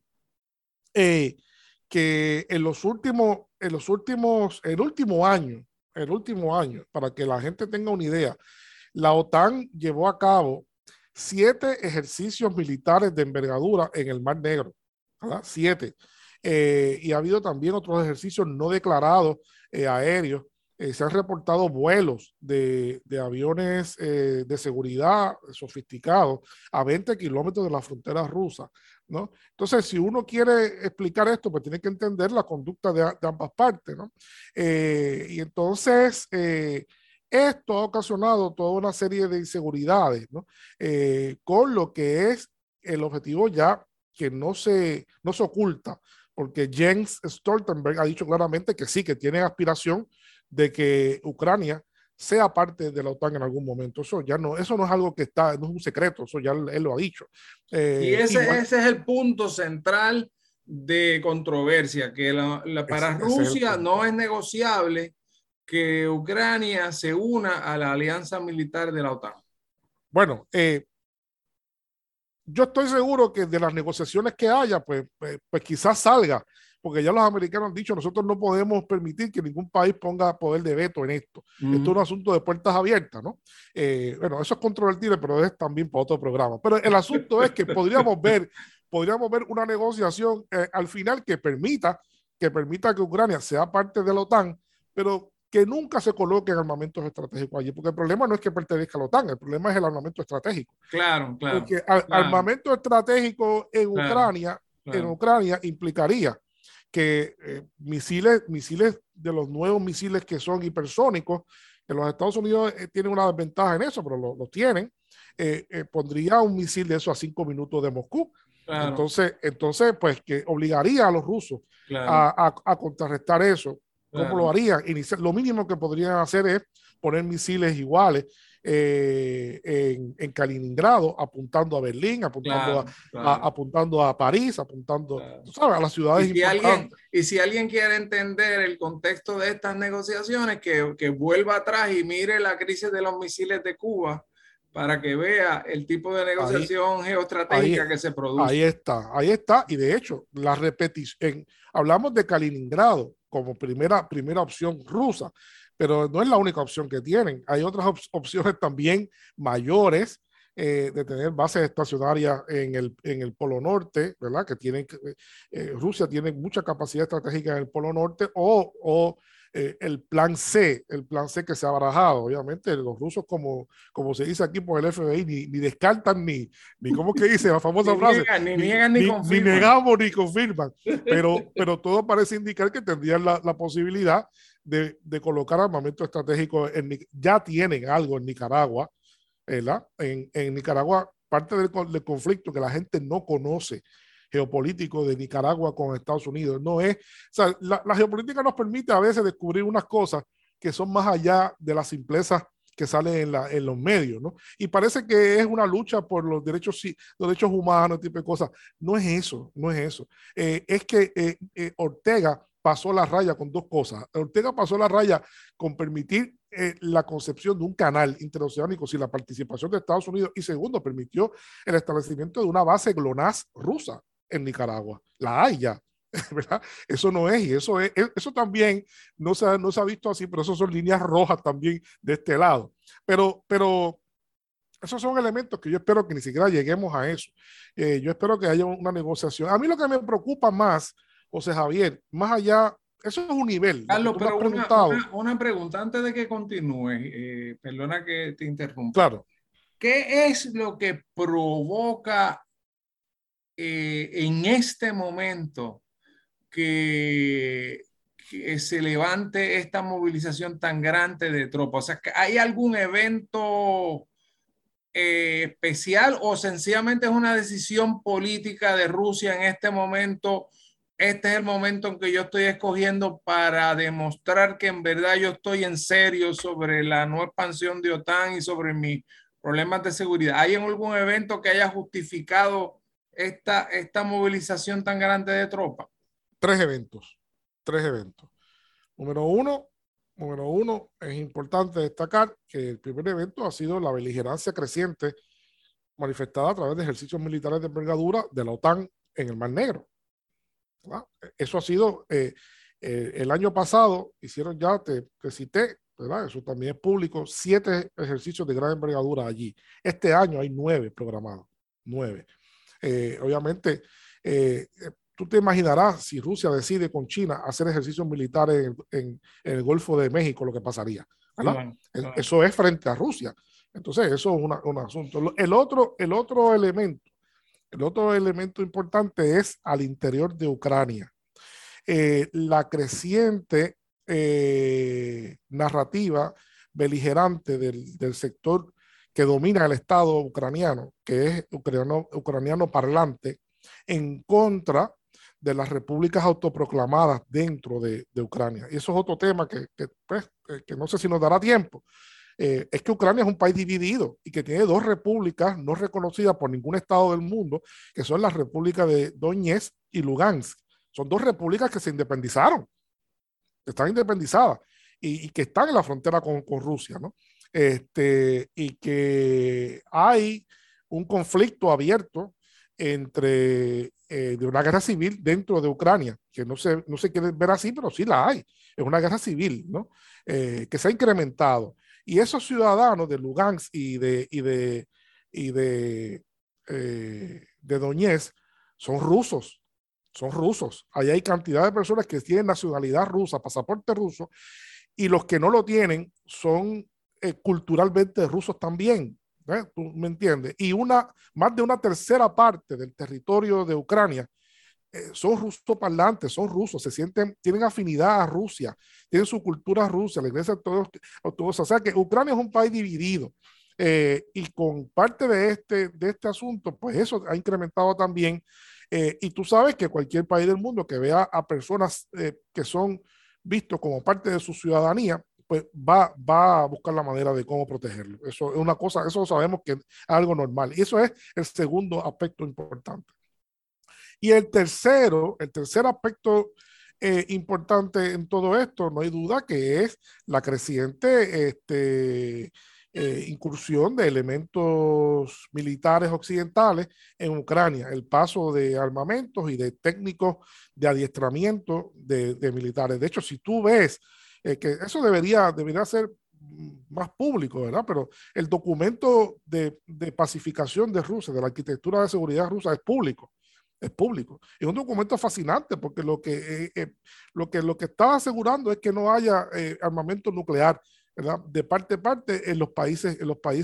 que el último año, para que la gente tenga una idea, la OTAN llevó a cabo 7 ejercicios militares de envergadura en el Mar Negro, ¿verdad? 7. Y ha habido también otros ejercicios no declarados aéreos. Se han reportado vuelos de aviones de seguridad sofisticados a 20 kilómetros de la frontera rusa, ¿no? Entonces, si uno quiere explicar esto, pues tiene que entender la conducta de ambas partes, ¿no? Y entonces, esto ha ocasionado toda una serie de inseguridades, ¿no? Con lo que es el objetivo ya que no se oculta, porque Jens Stoltenberg ha dicho claramente que sí, que tiene aspiración de que Ucrania sea parte de la OTAN en algún momento. Eso no es algo que no es un secreto, eso ya él lo ha dicho. Y ese es el punto central de controversia, que para Rusia no es negociable que Ucrania se una a la alianza militar de la OTAN. Bueno, yo estoy seguro que de las negociaciones que haya, pues quizás salga, porque ya los americanos han dicho, nosotros no podemos permitir que ningún país ponga poder de veto en esto. Esto es un asunto de puertas abiertas, ¿no? Bueno, eso es controvertible, pero es también para otro programa. Pero el asunto es que podríamos ver una negociación al final que permita que Ucrania sea parte de la OTAN, pero que nunca se coloquen armamentos estratégicos allí, porque el problema no es que pertenezca a la OTAN, el problema es el armamento estratégico. Claro. Porque armamento estratégico en Ucrania implicaría que misiles de los nuevos misiles que son hipersónicos, que los Estados Unidos tienen una desventaja en eso, pero los tienen, pondría un misil de eso a 5 minutos de Moscú. Claro. Entonces, pues que obligaría a los rusos a contrarrestar eso. ¿Cómo lo harían? Lo mínimo que podrían hacer es poner misiles iguales en Kaliningrado, apuntando a Berlín, apuntando a París, apuntando ¿sabes? A las ciudades importantes. Y si alguien quiere entender el contexto de estas negociaciones, que vuelva atrás y mire la crisis de los misiles de Cuba para que vea el tipo de negociación geoestratégica que se produce. Ahí está. Y de hecho, la repetición, hablamos de Kaliningrado como primera opción rusa, pero no es la única opción que tienen. Hay otras opciones también mayores de tener bases estacionarias en el Polo Norte, ¿verdad? Que Rusia tiene mucha capacidad estratégica en el Polo Norte, o el plan C que se ha barajado. Obviamente los rusos, como se dice aquí por el FBI, ni descartan ni ¿cómo que dice la famosa frase? Ni negamos ni confirman, pero todo parece indicar que tendrían la posibilidad de colocar armamento estratégico. Ya tienen algo en Nicaragua, ¿verdad? En Nicaragua, parte del conflicto que la gente no conoce geopolítico de Nicaragua con Estados Unidos. No es, o sea, la geopolítica nos permite a veces descubrir unas cosas que son más allá de las simplezas que salen en los medios, ¿no? Y parece que es una lucha por los derechos humanos, tipo de cosas. No es eso. Es que Ortega pasó la raya con dos cosas. Ortega pasó la raya con permitir la concepción de un canal interoceánico sin la participación de Estados Unidos, y segundo, permitió el establecimiento de una base GLONASS rusa en Nicaragua. La hay ya, ¿verdad? Eso no es, y eso también no se ha visto así, pero eso son líneas rojas también de este lado. Pero esos son elementos que yo espero que ni siquiera lleguemos a eso. Yo espero que haya una negociación. A mí lo que me preocupa más, José Javier, más allá, eso es un nivel. Carlos, pero una pregunta antes de que continúes, perdona que te interrumpa. Claro. ¿Qué es lo que provoca en este momento que se levante esta movilización tan grande de tropas? O sea, ¿hay algún evento especial o sencillamente es una decisión política de Rusia en este momento? Este es el momento en que yo estoy escogiendo para demostrar que en verdad yo estoy en serio sobre la no expansión de OTAN y sobre mis problemas de seguridad. ¿Hay algún evento que haya justificado esta movilización tan grande de tropas? Tres eventos. Número uno, es importante destacar que el primer evento ha sido la beligerancia creciente manifestada a través de ejercicios militares de envergadura de la OTAN en el Mar Negro. ¿Verdad? Eso ha sido, el año pasado hicieron ya, te cité, ¿verdad? Eso también es público, 7 ejercicios de gran envergadura allí. Este año hay 9 programados, 9. Obviamente, tú te imaginarás si Rusia decide con China hacer ejercicios militares en el Golfo de México, lo que pasaría, ¿verdad? Claro. Eso es frente a Rusia. Entonces, eso es un asunto. El otro elemento importante es al interior de Ucrania. La creciente narrativa beligerante del sector que domina el Estado ucraniano, que es ucraniano parlante, en contra de las repúblicas autoproclamadas dentro de Ucrania. Y eso es otro tema que no sé si nos dará tiempo. Es que Ucrania es un país dividido y que tiene 2 repúblicas no reconocidas por ningún estado del mundo, que son las repúblicas de Donetsk y Lugansk. Son 2 repúblicas que se independizaron, que están independizadas y que están en la frontera con Rusia, ¿no? Y que hay un conflicto abierto de una guerra civil dentro de Ucrania, que no se quiere ver así, pero sí la hay. Es una guerra civil, ¿no? Que se ha incrementado. Y esos ciudadanos de Lugansk y de Donetsk son rusos. Ahí hay cantidad de personas que tienen nacionalidad rusa, pasaporte ruso, y los que no lo tienen son culturalmente rusos también. ¿Tú me entiendes? Y más de una tercera parte del territorio de Ucrania son rusoparlantes, son rusos, tienen afinidad a Rusia, tienen su cultura rusa, la iglesia ortodoxa. O sea que Ucrania es un país dividido. Y con parte de este asunto, pues eso ha incrementado también. Y tú sabes que cualquier país del mundo que vea a personas que son vistos como parte de su ciudadanía, pues va a buscar la manera de cómo protegerlo. Eso es una cosa, eso sabemos que es algo normal. Y eso es el segundo aspecto importante. Y el tercer aspecto importante en todo esto, no hay duda, que es la creciente incursión de elementos militares occidentales en Ucrania, el paso de armamentos y de técnicos de adiestramiento de militares. De hecho, si tú ves que eso debería ser más público, ¿verdad? Pero el documento de pacificación de Rusia, de la arquitectura de seguridad rusa, es público. Es público. Es un documento fascinante porque lo que está asegurando es que no haya armamento nuclear, ¿verdad? De parte en los países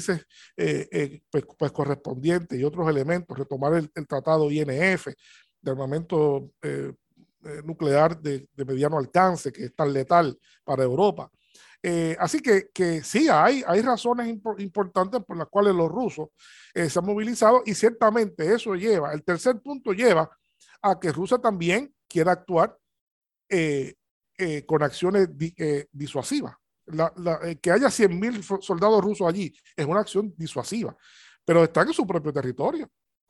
pues correspondientes y otros elementos, retomar el tratado INF de armamento nuclear de mediano alcance, que es tan letal para Europa. Así que sí, hay razones importantes por las cuales los rusos se han movilizado, y ciertamente eso el tercer punto lleva a que Rusia también quiera actuar con acciones disuasivas. Que haya 100,000 soldados rusos allí es una acción disuasiva, pero están en su propio territorio.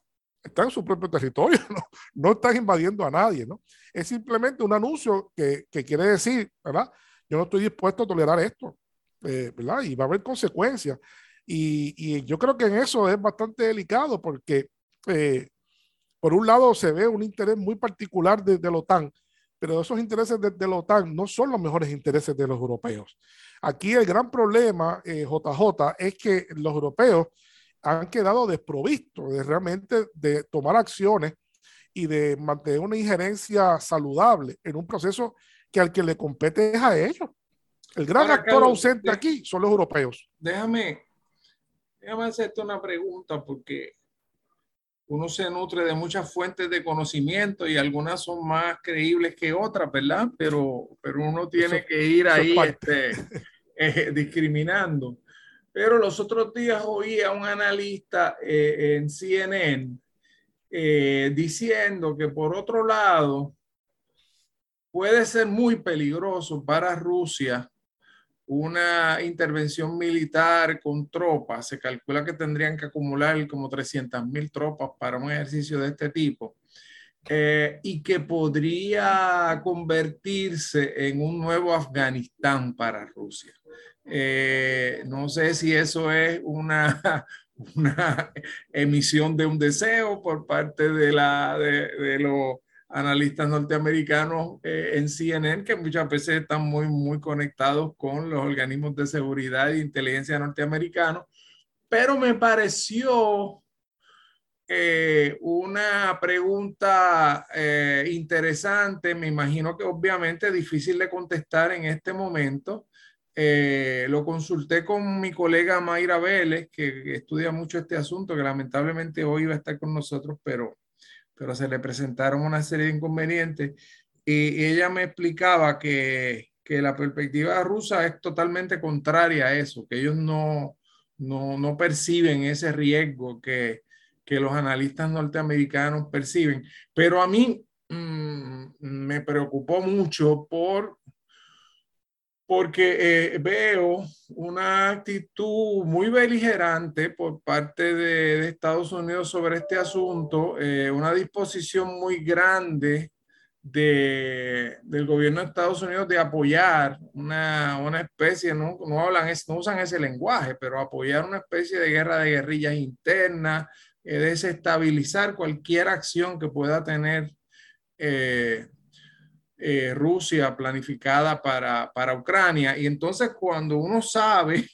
No están invadiendo a nadie, ¿no? Es simplemente un anuncio que quiere decir, ¿verdad? Yo no estoy dispuesto a tolerar esto. ¿verdad? Y va a haber consecuencias. Y yo creo que en eso es bastante delicado porque, por un lado, se ve un interés muy particular de la OTAN, pero esos intereses de la OTAN no son los mejores intereses de los europeos. Aquí el gran problema, JJ, es que los europeos han quedado desprovistos de realmente de tomar acciones y de mantener una injerencia saludable en un proceso que al que le compete es a ellos. El gran Ahora, actor Carlos, ausente aquí son los europeos. Déjame hacerte una pregunta, porque uno se nutre de muchas fuentes de conocimiento y algunas son más creíbles que otras, ¿verdad? Pero uno tiene que ir ahí discriminando. Pero los otros días oí a un analista en CNN diciendo que, por otro lado, puede ser muy peligroso para Rusia una intervención militar con tropas. Se calcula que tendrían que acumular como 300,000 tropas para un ejercicio de este tipo, y que podría convertirse en un nuevo Afganistán para Rusia. No sé si eso es una emisión de un deseo por parte de los analistas norteamericanos en CNN, que muchas veces están muy conectados con los organismos de seguridad e inteligencia norteamericanos, pero me pareció una pregunta interesante. Me imagino que obviamente difícil de contestar en este momento. Lo consulté con mi colega Mayra Vélez, que estudia mucho este asunto, que lamentablemente hoy iba a estar con nosotros, pero se le presentaron una serie de inconvenientes, y ella me explicaba que la perspectiva rusa es totalmente contraria a eso, que ellos no perciben ese riesgo que los analistas norteamericanos perciben. Pero a mí me preocupó mucho porque veo una actitud muy beligerante por parte de Estados Unidos sobre este asunto, una disposición muy grande del gobierno de Estados Unidos de apoyar una especie, no usan ese lenguaje, pero apoyar una especie de guerra de guerrillas internas, desestabilizar cualquier acción que pueda tener Rusia planificada para Ucrania. Y entonces, cuando uno sabe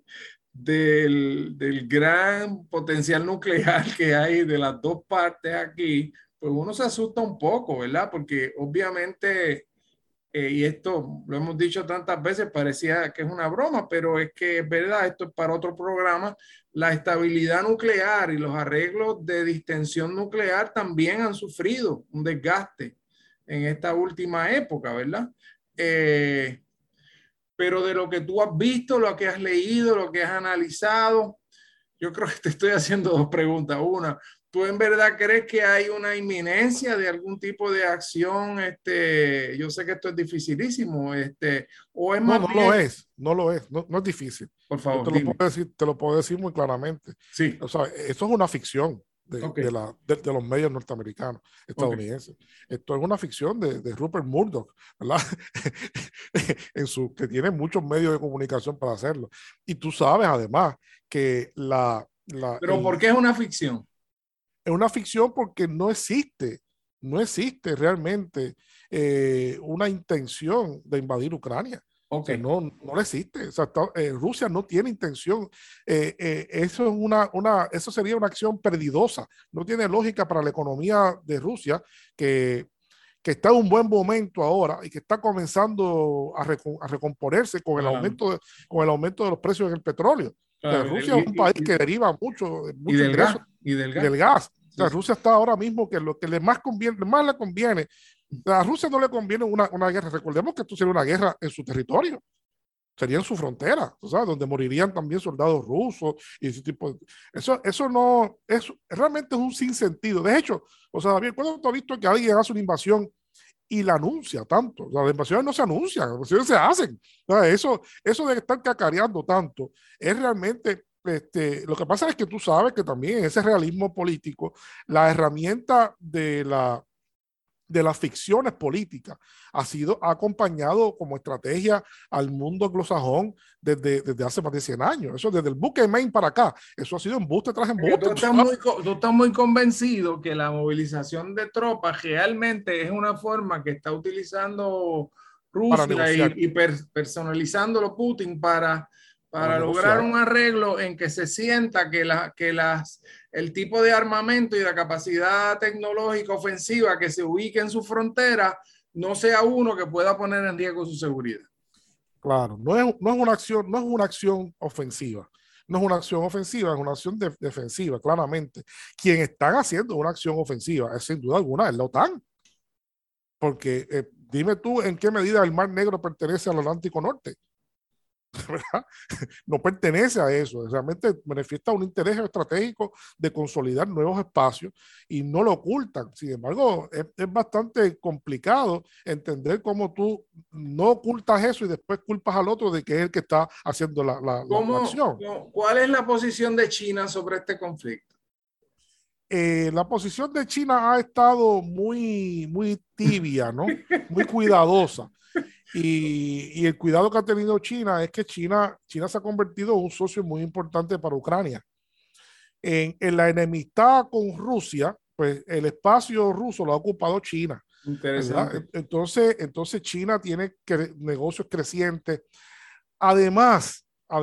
del gran potencial nuclear que hay de las dos partes aquí, pues uno se asusta un poco, ¿verdad? Porque obviamente, y esto lo hemos dicho tantas veces, parecía que es una broma, pero es que es verdad, esto es para otro programa. La estabilidad nuclear y los arreglos de distensión nuclear también han sufrido un desgaste en esta última época, ¿verdad? Pero de lo que tú has visto, lo que has leído, lo que has analizado, yo creo que te estoy haciendo dos preguntas. Una, ¿tú en verdad crees que hay una inminencia de algún tipo de acción? Yo sé que esto es dificilísimo, o es más no bien... lo es, no es difícil. Por favor, yo te lo puedo decir muy claramente. Sí. O sea, eso es una ficción Okay. de los medios norteamericanos, estadounidenses. Okay. Esto es una ficción de Rupert Murdoch, ¿verdad? Que tiene muchos medios de comunicación para hacerlo. Y tú sabes, además, que ¿Pero por qué es una ficción? Es una ficción porque no existe realmente una intención de invadir Ucrania. Okay. O sea, no existe. O sea, Rusia no tiene intención. Eso sería una acción perdidosa. No tiene lógica para la economía de Rusia, que está en un buen momento ahora y que está comenzando a recomponerse con el aumento de los precios del petróleo. O sea, Rusia es un país que deriva mucho ingresos y del gas. O sea, Rusia está ahora mismo que lo que más le conviene. A Rusia no le conviene una guerra. Recordemos que esto sería una guerra en su territorio. Sería en su frontera, ¿sabes? Donde morirían también soldados rusos y ese tipo de... Eso no... Realmente es un sinsentido. De hecho, o sea, David, ¿cuándo tú has visto que alguien hace una invasión y la anuncia tanto? O sea, las invasiones no se anuncian, las invasiones se hacen. O sea, eso de estar cacareando tanto es realmente... lo que pasa es que tú sabes que también en ese realismo político, la herramienta de la de las ficciones políticas. Ha acompañado como estrategia al mundo anglosajón desde hace más de 100 años. Eso desde el buque de Maine para acá. Eso ha sido embuste tras embuste. Tú estás muy convencido que la movilización de tropas realmente es una forma que está utilizando Rusia y personalizándolo Putin para lograr un arreglo en que se sienta que el tipo de armamento y la capacidad tecnológica ofensiva que se ubique en su frontera no sea uno que pueda poner en riesgo su seguridad. Claro, no es una acción ofensiva. No es una acción ofensiva, es una acción defensiva, claramente. Quien están haciendo una acción ofensiva es sin duda alguna es la OTAN. Porque dime tú en qué medida el Mar Negro pertenece al Atlántico Norte. ¿Verdad? No pertenece a eso, realmente manifiesta un interés estratégico de consolidar nuevos espacios y no lo ocultan. Sin embargo, es bastante complicado entender cómo tú no ocultas eso y después culpas al otro de que es el que está haciendo la acción. ¿Cuál es la posición de China sobre este conflicto? La posición de China ha estado muy tibia, ¿no? Muy cuidadosa. Y el cuidado que ha tenido China es que China se ha convertido en un socio muy importante para Ucrania. En la enemistad con Rusia, pues el espacio ruso lo ha ocupado China. Interesante. Entonces China tiene negocios crecientes. Además,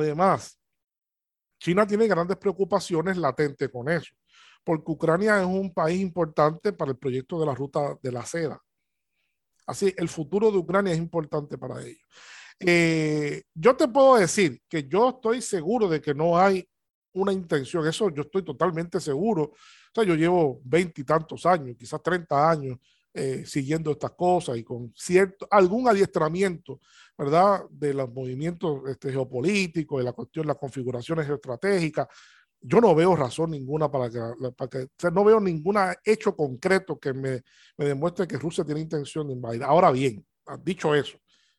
China tiene grandes preocupaciones latentes con eso, porque Ucrania es un país importante para el proyecto de la ruta de la seda. Así, el futuro de Ucrania es importante para ellos. Yo te puedo decir que yo estoy seguro de que no hay una intención, eso yo estoy totalmente seguro. O sea, yo llevo 20 y tantos años, quizás 30 años siguiendo estas cosas y con algún adiestramiento, ¿verdad? De los movimientos geopolíticos, de las configuraciones estratégicas. Yo no veo razón ninguna para que o sea, no veo ningún hecho concreto que me demuestre que Rusia tiene intención de invadir. Ahora bien, dicho eso,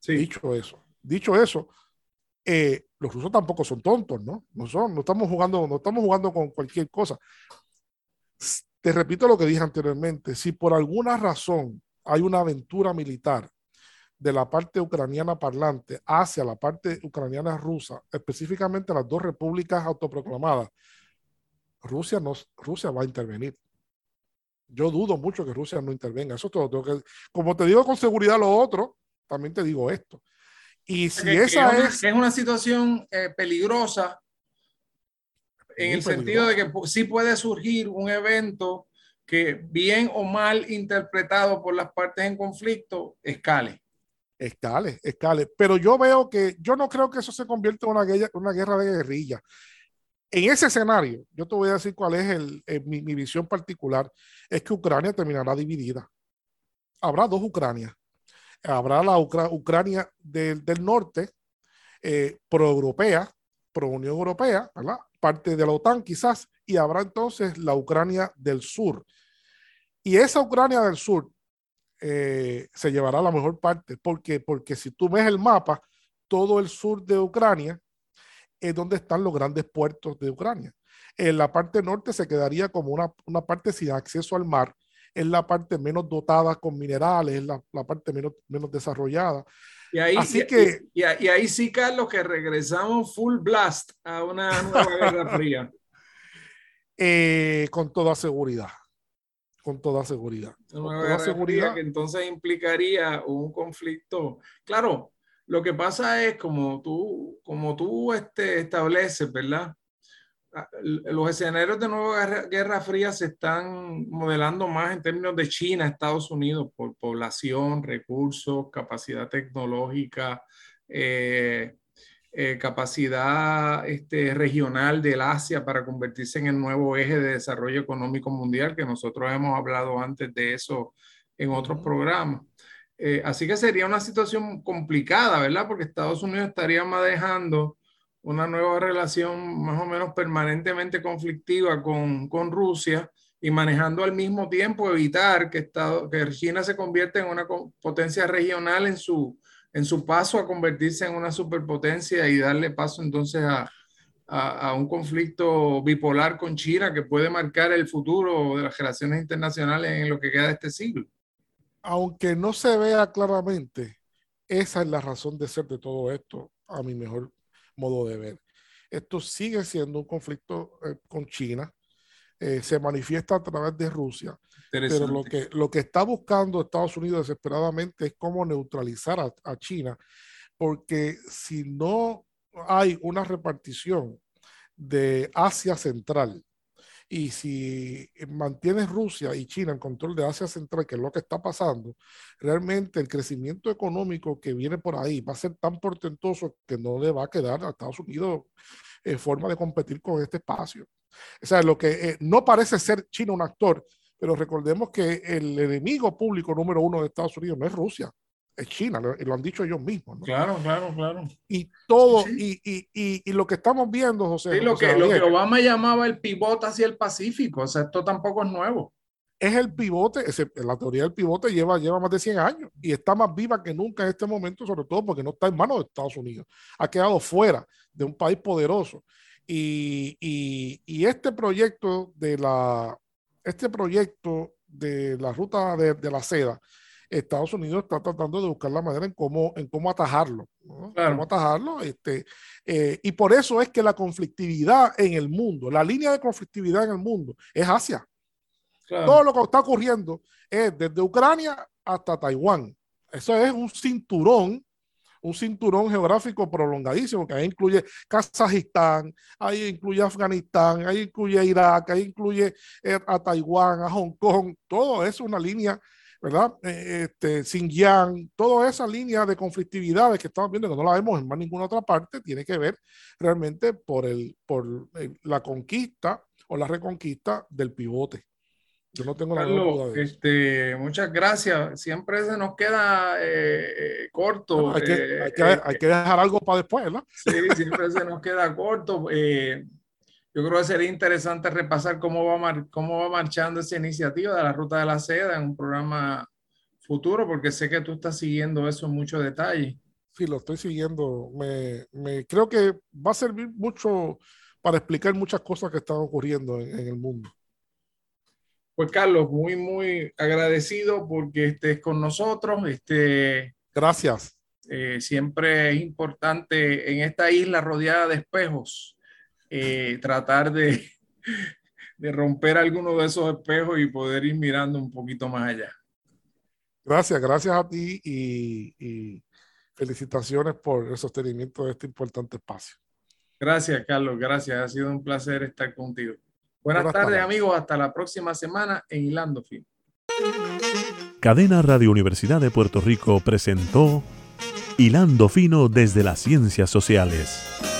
los rusos tampoco son tontos, ¿no? No estamos jugando con cualquier cosa. Te repito lo que dije anteriormente, si por alguna razón hay una aventura militar de la parte ucraniana parlante hacia la parte ucraniana rusa, específicamente las dos repúblicas autoproclamadas, Rusia va a intervenir. Yo dudo mucho que Rusia no intervenga. Eso todo como te digo con seguridad lo otro, también te digo esto. Y si es una situación peligrosa en el sentido de que sí puede surgir un evento que bien o mal interpretado por las partes en conflicto escale. Pero yo no creo que eso se convierta en una guerra de guerrilla. En ese escenario, yo te voy a decir cuál es mi visión particular, es que Ucrania terminará dividida. Habrá dos Ucranias. Habrá la Ucrania del norte, pro-europea, pro-Unión Europea, ¿verdad? Parte de la OTAN quizás, y habrá entonces la Ucrania del sur. Y esa Ucrania del sur se llevará la mejor parte, porque si tú ves el mapa, todo el sur de Ucrania es donde están los grandes puertos de Ucrania. En la parte norte se quedaría como una parte sin acceso al mar, es la parte menos dotada con minerales, es la parte menos desarrollada. Y ahí sí, Carlos, que regresamos full blast a una nueva guerra fría. Con toda seguridad. Una guerra fría que entonces implicaría un conflicto. Claro, lo que pasa es como tú estableces, ¿verdad? Los escenarios de nueva guerra fría se están modelando más en términos de China, Estados Unidos, por población, recursos, capacidad tecnológica, capacidad regional del Asia para convertirse en el nuevo eje de desarrollo económico mundial, que nosotros hemos hablado antes de eso en otros programas. Así que sería una situación complicada, ¿verdad? Porque Estados Unidos estaría manejando una nueva relación más o menos permanentemente conflictiva con Rusia y manejando al mismo tiempo evitar que China se convierta en una potencia regional en su paso a convertirse en una superpotencia y darle paso entonces a un conflicto bipolar con China que puede marcar el futuro de las relaciones internacionales en lo que queda de este siglo. aunque no se vea claramente, esa es la razón de ser de todo esto, a mi mejor modo de ver. Esto sigue siendo un conflicto con China, se manifiesta a través de Rusia, pero lo que está buscando Estados Unidos desesperadamente es cómo neutralizar a China, porque si no hay una repartición de Asia Central, y si mantienes Rusia y China en control de Asia Central, que es lo que está pasando, realmente el crecimiento económico que viene por ahí va a ser tan portentoso que no le va a quedar a Estados Unidos forma de competir con este espacio. O sea, lo que no parece ser China un actor, pero recordemos que el enemigo público número uno de Estados Unidos no es Rusia, es China, y lo han dicho ellos mismos, ¿no? Claro. Y todo, Sí. Y lo que estamos viendo, José. Sí, lo que Obama llamaba el pivote hacia el Pacífico, o sea, esto tampoco es nuevo. Es el pivote, la teoría del pivote lleva más de 100 años y está más viva que nunca en este momento, sobre todo porque no está en manos de Estados Unidos, ha quedado fuera de un país poderoso. Y este proyecto de la ruta de la seda, Estados Unidos está tratando de buscar la manera en cómo atajarlo, ¿no? Claro. Cómo atajarlo, y por eso es que la conflictividad en el mundo, la línea de conflictividad en el mundo es Asia. Claro. Todo lo que está ocurriendo es desde Ucrania hasta Taiwán. Eso es un cinturón geográfico prolongadísimo, que ahí incluye Kazajistán, ahí incluye Afganistán, ahí incluye Irak, ahí incluye a Taiwán, a Hong Kong. Todo es una línea, ¿verdad? Xinjiang, toda esa línea de conflictividades que estamos viendo, que no la vemos en más ninguna otra parte, tiene que ver realmente por la conquista o la reconquista del pivote. Yo no tengo la menor duda de eso. Muchas gracias. Siempre se nos queda corto. Bueno, hay que dejar algo para después, ¿no? Sí, siempre se nos queda corto. Yo creo que sería interesante repasar cómo va marchando esa iniciativa de la Ruta de la Seda en un programa futuro, porque sé que tú estás siguiendo eso en mucho detalle. Sí, lo estoy siguiendo. Creo que va a servir mucho para explicar muchas cosas que están ocurriendo en el mundo. Pues Carlos, muy, muy agradecido porque estés con nosotros. Gracias. Siempre es importante en esta isla rodeada de espejos tratar de romper alguno de esos espejos y poder ir mirando un poquito más allá. Gracias a ti y felicitaciones por el sostenimiento de este importante espacio. Gracias, Carlos, gracias. Ha sido un placer estar contigo. Buenas tardes, amigos. Hasta la próxima semana en Hilando Fino. Cadena Radio Universidad de Puerto Rico presentó Hilando Fino desde las Ciencias Sociales.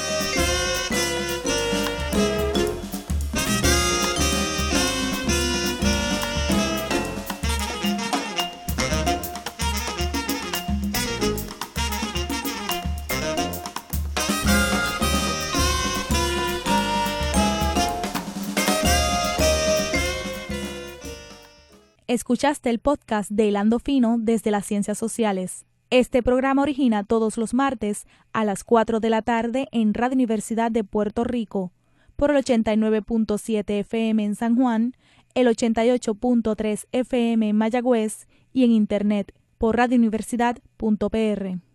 Escuchaste el podcast de Hilando Fino desde las Ciencias Sociales. Este programa origina todos los martes a las 4 de la tarde en Radio Universidad de Puerto Rico, por el 89.7 FM en San Juan, el 88.3 FM en Mayagüez y en Internet por radiouniversidad.pr.